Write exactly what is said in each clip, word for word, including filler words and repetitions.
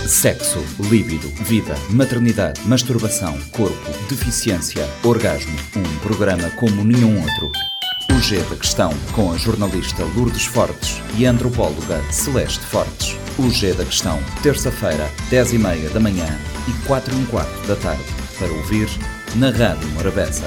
Sexo, líbido, vida, maternidade, masturbação, corpo, deficiência, orgasmo. Um programa como nenhum outro. O G da Questão, com a jornalista Lourdes Fortes e a antropóloga Celeste Fortes. O G da Questão, terça-feira, dez e meia da manhã e quatro e um quarto da tarde. Para ouvir na Rádio Morabeza.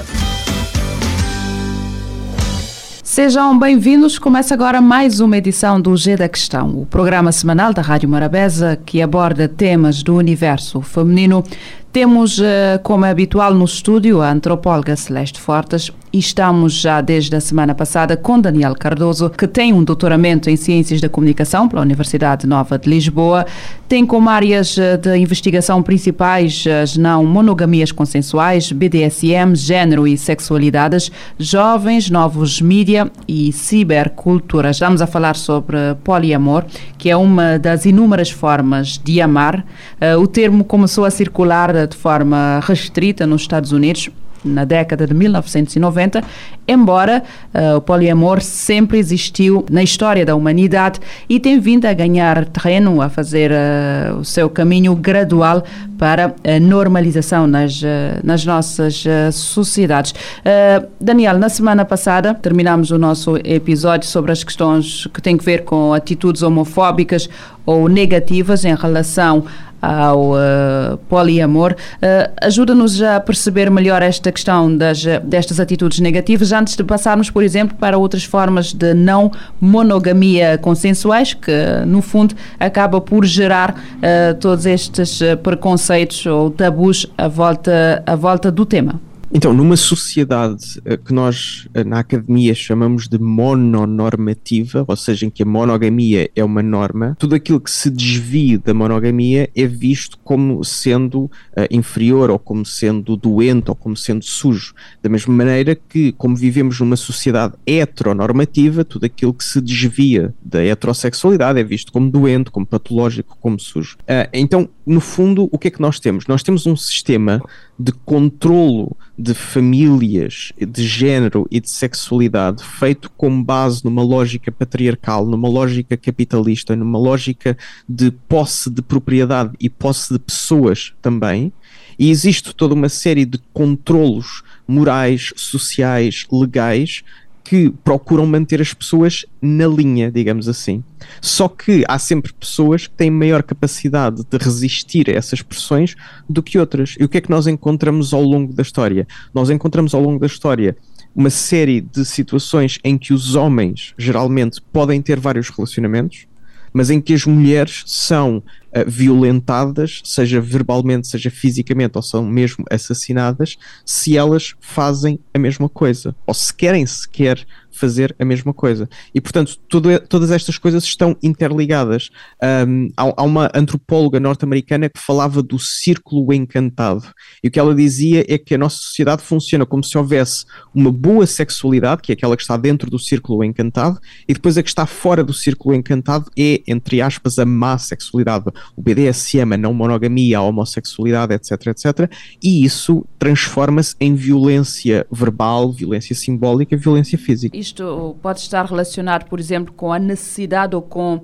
Sejam bem-vindos. Começa agora mais uma edição do G da Questão, o programa semanal da Rádio Morabeza que aborda temas do universo feminino. Temos, como é habitual no estúdio, a antropóloga Celeste Fortes e estamos já desde a semana passada com Daniel Cardoso, que tem um doutoramento em Ciências da Comunicação pela Universidade Nova de Lisboa. Tem como áreas de investigação principais as não monogamias consensuais, B D S M, género e sexualidades, jovens, novos mídia e cibercultura. Estamos a falar sobre poliamor, que é uma das inúmeras formas de amar. O termo começou a circular de forma restrita nos Estados Unidos na década de mil novecentos e noventa, embora uh, o poliamor sempre existiu na história da humanidade e tem vindo a ganhar terreno, a fazer uh, o seu caminho gradual para a normalização nas, uh, nas nossas uh, sociedades. Uh, Daniel, na semana passada terminamos o nosso episódio sobre as questões que têm a ver com atitudes homofóbicas ou negativas em relação ao uh, poliamor. Uh, ajuda-nos a perceber melhor esta questão das, destas atitudes negativas, antes de passarmos, por exemplo, para outras formas de não monogamia consensuais, que, no fundo, acaba por gerar uh, todos estes preconceitos ou tabus à volta, à volta do tema. Então, numa sociedade que nós na academia chamamos de mononormativa, ou seja, em que a monogamia é uma norma, tudo aquilo que se desvie da monogamia é visto como sendo uh, inferior, ou como sendo doente, ou como sendo sujo. Da mesma maneira que, como vivemos numa sociedade heteronormativa, tudo aquilo que se desvia da heterossexualidade é visto como doente, como patológico, como sujo. Uh, então, no fundo, o que é que nós temos? Nós temos um sistema de controlo de famílias, de género e de sexualidade feito com base numa lógica patriarcal, numa lógica capitalista, numa lógica de posse de propriedade e posse de pessoas também, e existe toda uma série de controlos morais, sociais, legais que procuram manter as pessoas na linha, digamos assim. Só que há sempre pessoas que têm maior capacidade de resistir a essas pressões do que outras. E o que é que nós encontramos ao longo da história? Nós encontramos ao longo da história uma série de situações em que os homens, geralmente, podem ter vários relacionamentos, mas em que as mulheres são uh, violentadas, seja verbalmente, seja fisicamente, ou são mesmo assassinadas, se elas fazem a mesma coisa, ou se querem sequer fazer a mesma coisa. E, portanto, tudo, todas estas coisas estão interligadas. Um, há, há uma antropóloga norte-americana que falava do círculo encantado. E o que ela dizia é que a nossa sociedade funciona como se houvesse uma boa sexualidade, que é aquela que está dentro do círculo encantado, e depois a que está fora do círculo encantado é, entre aspas, a má sexualidade. O B D S M, a não monogamia, a homossexualidade, etc, etcétera. E isso transforma-se em violência verbal, violência simbólica, violência física. Isto pode estar relacionado, por exemplo, com a necessidade ou com uh,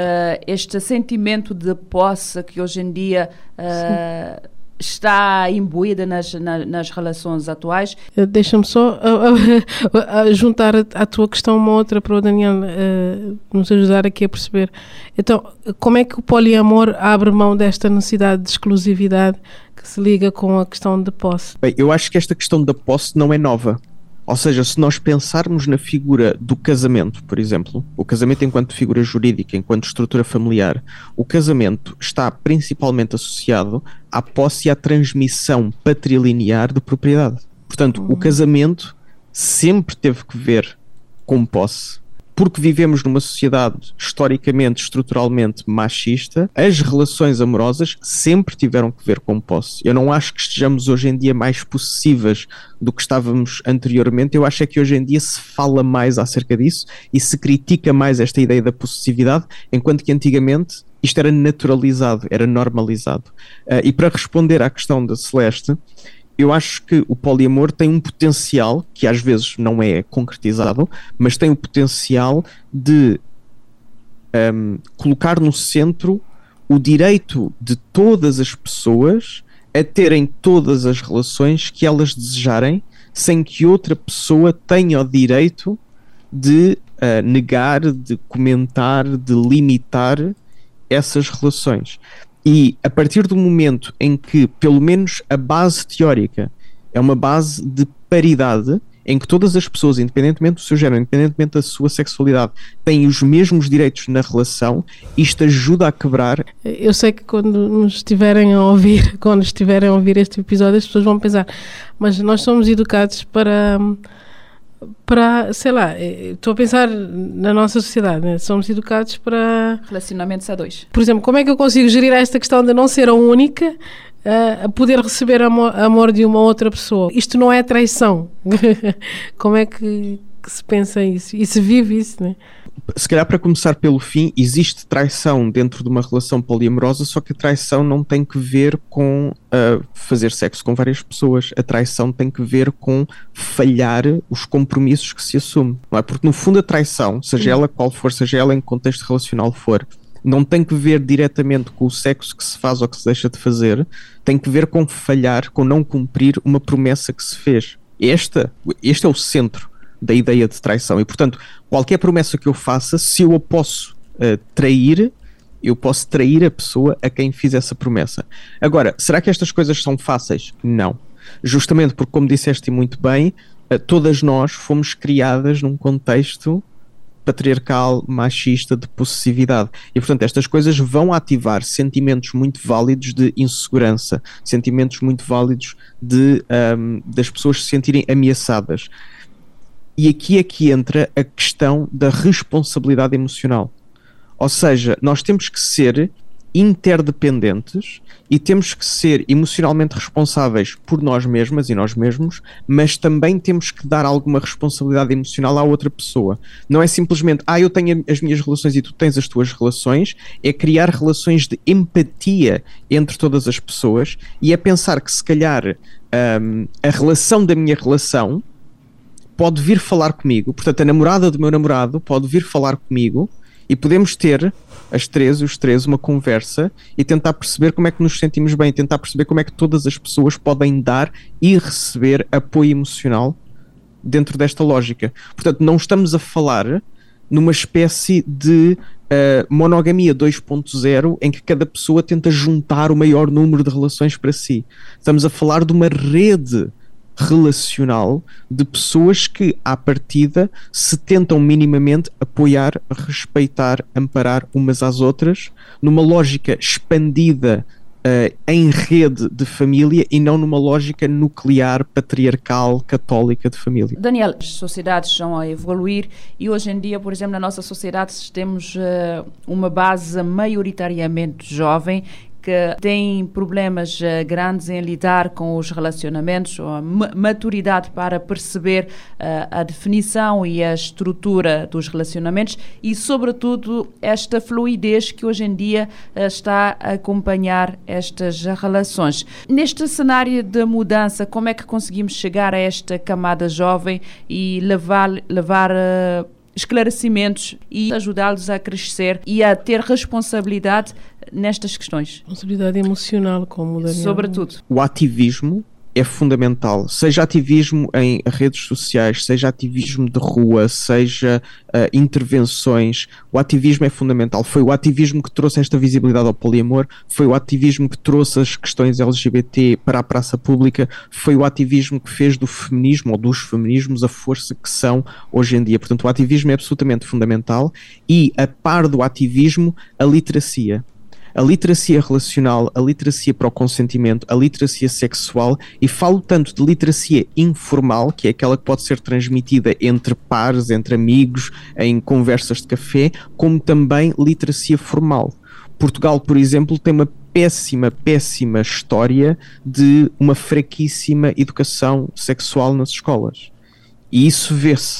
este sentimento de posse que hoje em dia uh, está imbuída nas, na, nas relações atuais. Deixa-me só uh, uh, uh, juntar à tua questão uma outra para o Daniel uh, nos ajudar aqui a perceber. Então, como é que o poliamor abre mão desta necessidade de exclusividade que se liga com a questão de posse? Bem, eu acho que esta questão da posse não é nova. Ou seja, se nós pensarmos na figura do casamento, por exemplo, o casamento enquanto figura jurídica, enquanto estrutura familiar, o casamento está principalmente associado à posse e à transmissão patrilinear de propriedade. Portanto, uhum. o casamento sempre teve que ver com posse. Porque vivemos numa sociedade historicamente, estruturalmente machista, as relações amorosas sempre tiveram que ver com posse. Eu não acho que estejamos hoje em dia mais possessivas do que estávamos anteriormente. Eu acho é que hoje em dia se fala mais acerca disso e se critica mais esta ideia da possessividade, enquanto que antigamente isto era naturalizado, era normalizado. Uh, e para responder à questão da Celeste, eu acho que o poliamor tem um potencial, que às vezes não é concretizado, mas tem o potencial de um, colocar no centro o direito de todas as pessoas a terem todas as relações que elas desejarem, sem que outra pessoa tenha o direito de uh, negar, de comentar, de limitar essas relações. E a partir do momento em que, pelo menos a base teórica, é uma base de paridade, em que todas as pessoas, independentemente do seu género, independentemente da sua sexualidade, têm os mesmos direitos na relação, isto ajuda a quebrar. Eu sei que quando nos estiverem a ouvir, quando estiverem a ouvir este episódio, as pessoas vão pensar, mas nós somos educados para, para sei lá, estou a pensar na nossa sociedade, né? Somos educados para... Relacionamentos a dois. Por exemplo, como é que eu consigo gerir esta questão de não ser a única a poder receber amor, amor de uma outra pessoa? Isto não é traição. Como é que, que se pensa isso? E se vive isso, né? Se calhar, para começar pelo fim, existe traição dentro de uma relação poliamorosa, só que a traição não tem que ver com uh, fazer sexo com várias pessoas. A traição tem que ver com falhar os compromissos que se assume, não é? Porque no fundo a traição, seja ela qual for, seja ela em que contexto relacional for, não tem que ver diretamente com o sexo que se faz ou que se deixa de fazer, tem que ver com falhar, com não cumprir uma promessa que se fez. Esta, este é o centro da ideia de traição e, portanto, qualquer promessa que eu faça, se eu a posso uh, trair, eu posso trair a pessoa a quem fiz essa promessa. Agora, será que estas coisas são fáceis? Não. Justamente porque, como disseste muito bem, uh, todas nós fomos criadas num contexto patriarcal, machista, de possessividade. E, portanto, estas coisas vão ativar sentimentos muito válidos de insegurança, sentimentos muito válidos de, um, das pessoas se sentirem ameaçadas. E aqui é que entra a questão da responsabilidade emocional. Ou seja, nós temos que ser interdependentes e temos que ser emocionalmente responsáveis por nós mesmas e nós mesmos, mas também temos que dar alguma responsabilidade emocional à outra pessoa. Não é simplesmente, ah, eu tenho as minhas relações e tu tens as tuas relações, é criar relações de empatia entre todas as pessoas e é pensar que se calhar um, a relação da minha relação pode vir falar comigo, portanto a namorada do meu namorado pode vir falar comigo e podemos ter as três, os três, uma conversa e tentar perceber como é que nos sentimos bem, tentar perceber como é que todas as pessoas podem dar e receber apoio emocional dentro desta lógica. Portanto, não estamos a falar numa espécie de uh, monogamia dois ponto zero em que cada pessoa tenta juntar o maior número de relações para si. Estamos a falar de uma rede relacional de pessoas que, à partida, se tentam minimamente apoiar, respeitar, amparar umas às outras, numa lógica expandida uh, em rede de família e não numa lógica nuclear, patriarcal, católica de família. Daniel, as sociedades estão a evoluir e hoje em dia, por exemplo, na nossa sociedade temos uh, uma base maioritariamente jovem que têm problemas uh, grandes em lidar com os relacionamentos, ou a maturidade para perceber uh, a definição e a estrutura dos relacionamentos e, sobretudo, esta fluidez que hoje em dia uh, está a acompanhar estas relações. Neste cenário de mudança, como é que conseguimos chegar a esta camada jovem e levar, levar uh, esclarecimentos e ajudá-los a crescer e a ter responsabilidade nestas questões. Responsabilidade emocional, como o Daniel. Sobretudo. O ativismo é fundamental, seja ativismo em redes sociais, seja ativismo de rua, seja uh, intervenções, o ativismo é fundamental. Foi o ativismo que trouxe esta visibilidade ao poliamor, foi o ativismo que trouxe as questões L G B T para a praça pública, foi o ativismo que fez do feminismo ou dos feminismos a força que são hoje em dia. Portanto, o ativismo é absolutamente fundamental e, a par do ativismo, a literacia. A literacia relacional, a literacia para o consentimento, a literacia sexual, e falo tanto de literacia informal, que é aquela que pode ser transmitida entre pares, entre amigos, em conversas de café, como também literacia formal. Portugal, por exemplo, tem uma péssima, péssima história de uma fraquíssima educação sexual nas escolas. E isso vê-se.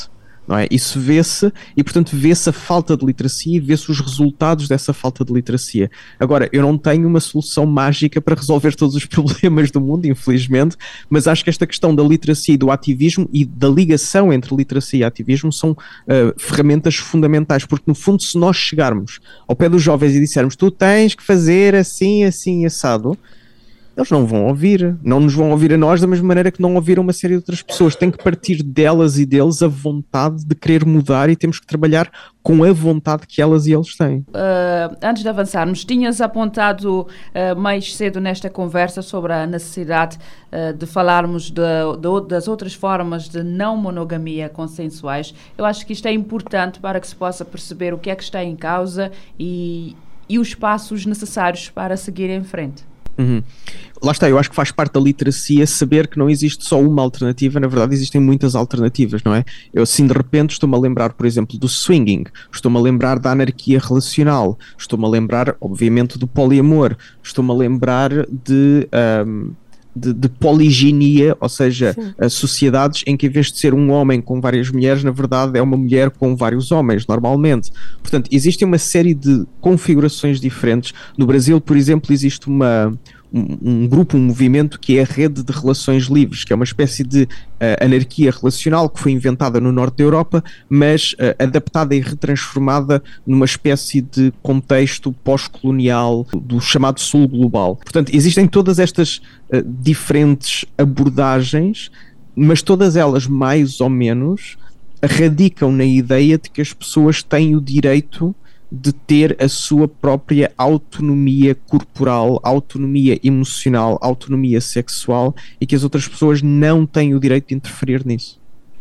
não é? Isso vê-se e, portanto, vê-se a falta de literacia e vê-se os resultados dessa falta de literacia. Agora, eu não tenho uma solução mágica para resolver todos os problemas do mundo, infelizmente, mas acho que esta questão da literacia e do ativismo e da ligação entre literacia e ativismo são uh, ferramentas fundamentais, porque, no fundo, se nós chegarmos ao pé dos jovens e dissermos tu tens que fazer assim, assim, assado, eles não vão ouvir, não nos vão ouvir a nós da mesma maneira que não ouviram uma série de outras pessoas. Tem que partir delas e deles a vontade de querer mudar e temos que trabalhar com a vontade que elas e eles têm. Uh, antes de avançarmos, tinhas apontado uh, mais cedo nesta conversa sobre a necessidade uh, de falarmos de, de, das outras formas de não monogamia consensuais. Eu acho que isto é importante para que se possa perceber o que é que está em causa e, e os passos necessários para seguir em frente. Uhum. Lá está, eu acho que faz parte da literacia saber que não existe só uma alternativa, na verdade existem muitas alternativas, não é? Eu assim de repente estou-me a lembrar, por exemplo, do swinging, estou-me a lembrar da anarquia relacional, estou-me a lembrar, obviamente, do poliamor, estou-me a lembrar de... Um, De, de poliginia, ou seja, uh, sociedades em que em vez de ser um homem com várias mulheres, na verdade é uma mulher com vários homens, normalmente. Portanto, existe uma série de configurações diferentes. No Brasil, por exemplo, existe uma, um, um grupo, um movimento que é a Rede de Relações Livres, que é uma espécie de uh, anarquia relacional que foi inventada no norte da Europa, mas uh, adaptada e retransformada numa espécie de contexto pós-colonial do chamado Sul Global. Portanto, existem todas estas uh, diferentes abordagens, mas todas elas, mais ou menos, radicam na ideia de que as pessoas têm o direito de ter a sua própria autonomia corporal, autonomia emocional, autonomia sexual e que as outras pessoas não têm o direito de interferir nisso.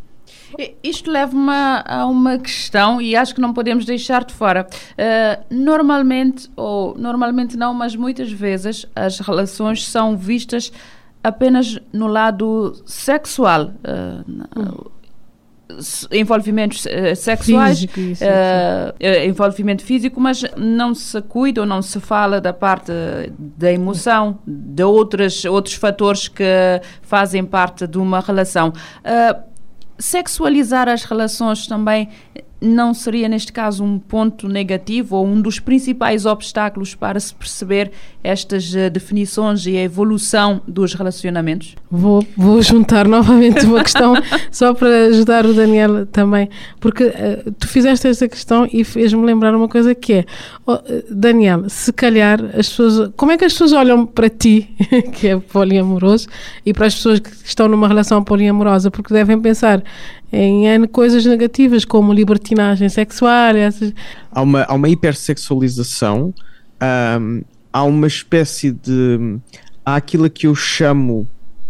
Isto leva-me a uma questão e acho que não podemos deixar de fora. Uh, normalmente, ou normalmente não, mas muitas vezes as relações são vistas apenas no lado sexual. Uh, hum. Envolvimentos uh, sexuais, físico, isso, uh, uh, envolvimento físico, mas não se cuida ou não se fala da parte da emoção, de outras, outros fatores que fazem parte de uma relação. Uh, sexualizar as relações também não seria, neste caso, um ponto negativo ou um dos principais obstáculos para se perceber estas uh, definições e a evolução dos relacionamentos? Vou, vou juntar novamente uma questão só para ajudar o Daniel também, porque uh, tu fizeste esta questão e fez-me lembrar uma coisa que é, oh, Daniel, se calhar as pessoas, como é que as pessoas olham para ti, que é poliamoroso, e para as pessoas que estão numa relação poliamorosa, porque devem pensar em N coisas negativas, como libertinagem sexual. Essas... Há uma, há uma hipersexualização, um, há uma espécie de... Há aquilo que eu chamo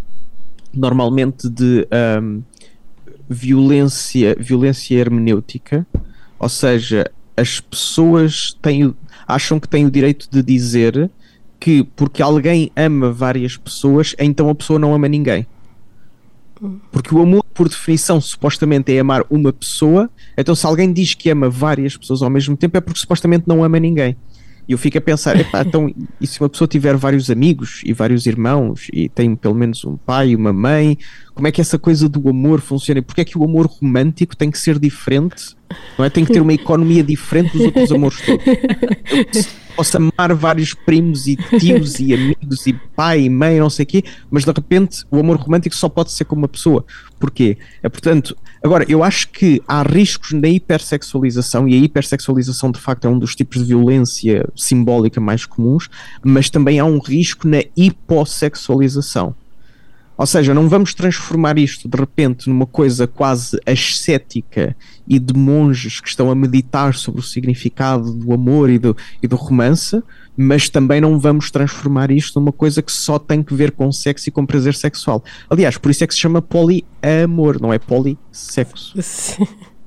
normalmente de um, violência, violência hermenêutica, ou seja, as pessoas têm, acham que têm o direito de dizer que porque alguém ama várias pessoas, então a pessoa não ama ninguém. Porque o amor, por definição, supostamente é amar uma pessoa, então se alguém diz que ama várias pessoas ao mesmo tempo é porque supostamente não ama ninguém. E eu fico a pensar, epá, então, e se uma pessoa tiver vários amigos e vários irmãos e tem pelo menos um pai e uma mãe, como é que essa coisa do amor funciona? E porque é que o amor romântico tem que ser diferente? Não é? Tem que ter uma economia diferente dos outros amores todos. Eu posso amar vários primos e tios e amigos e pai e mãe, não sei o quê, mas de repente o amor romântico só pode ser com uma pessoa. Porquê? É, portanto, agora, eu acho que há riscos na hipersexualização, e a hipersexualização de facto é um dos tipos de violência simbólica mais comuns, mas também há um risco na hipossexualização. Ou seja, não vamos transformar isto de repente numa coisa quase ascética e de monges que estão a meditar sobre o significado do amor e do, e do romance, mas também não vamos transformar isto numa coisa que só tem que ver com sexo e com prazer sexual. Aliás, por isso é que se chama poliamor, não é polissexo. Sim.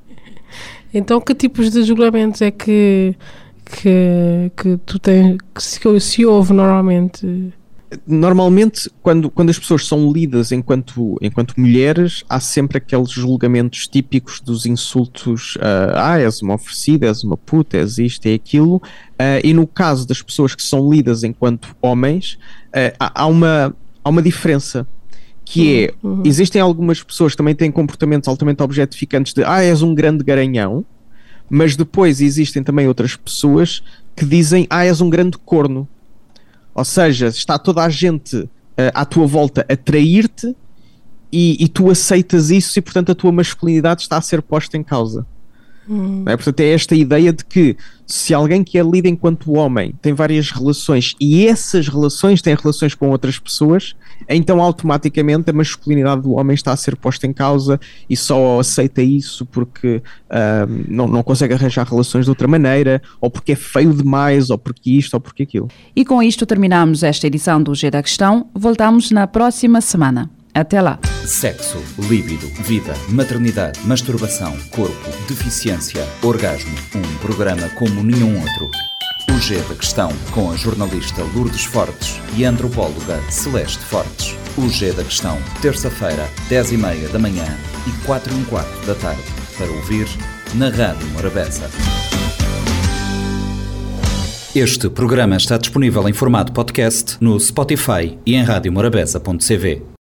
Então, que tipos de julgamentos é que, que, que tu tens, que se, se ouve normalmente? Normalmente, quando, quando as pessoas são lidas enquanto, enquanto mulheres, há sempre aqueles julgamentos típicos dos insultos, uh, ah, és uma oferecida, és uma puta, és isto, é aquilo, uh, e no caso das pessoas que são lidas enquanto homens, uh, há, há, uma, há uma diferença, que é, uhum. existem algumas pessoas que também têm comportamentos altamente objetificantes de, ah, és um grande garanhão, mas depois existem também outras pessoas que dizem, ah, és um grande corno. Ou seja, está toda a gente uh, à tua volta a trair-te e, e tu aceitas isso e, portanto, a tua masculinidade está a ser posta em causa. Hum. É? Portanto, é esta ideia de que se alguém que é lido enquanto homem tem várias relações e essas relações têm relações com outras pessoas, então automaticamente a masculinidade do homem está a ser posta em causa e só aceita isso porque uh, não, não consegue arranjar relações de outra maneira, ou porque é feio demais, ou porque isto, ou porque aquilo. E com isto terminamos esta edição do G da Questão. Voltamos na próxima semana. Até lá. Sexo, líbido, vida, maternidade, masturbação, corpo, deficiência, orgasmo. Um programa como nenhum outro. O G da Questão, com a jornalista Lourdes Fortes e a antropóloga Celeste Fortes. O G da Questão, terça-feira, dez e meia da manhã e quatro e um quarto da tarde. Para ouvir na Rádio Morabeza. Este programa está disponível em formato podcast no Spotify e em rádio morabeza ponto c v.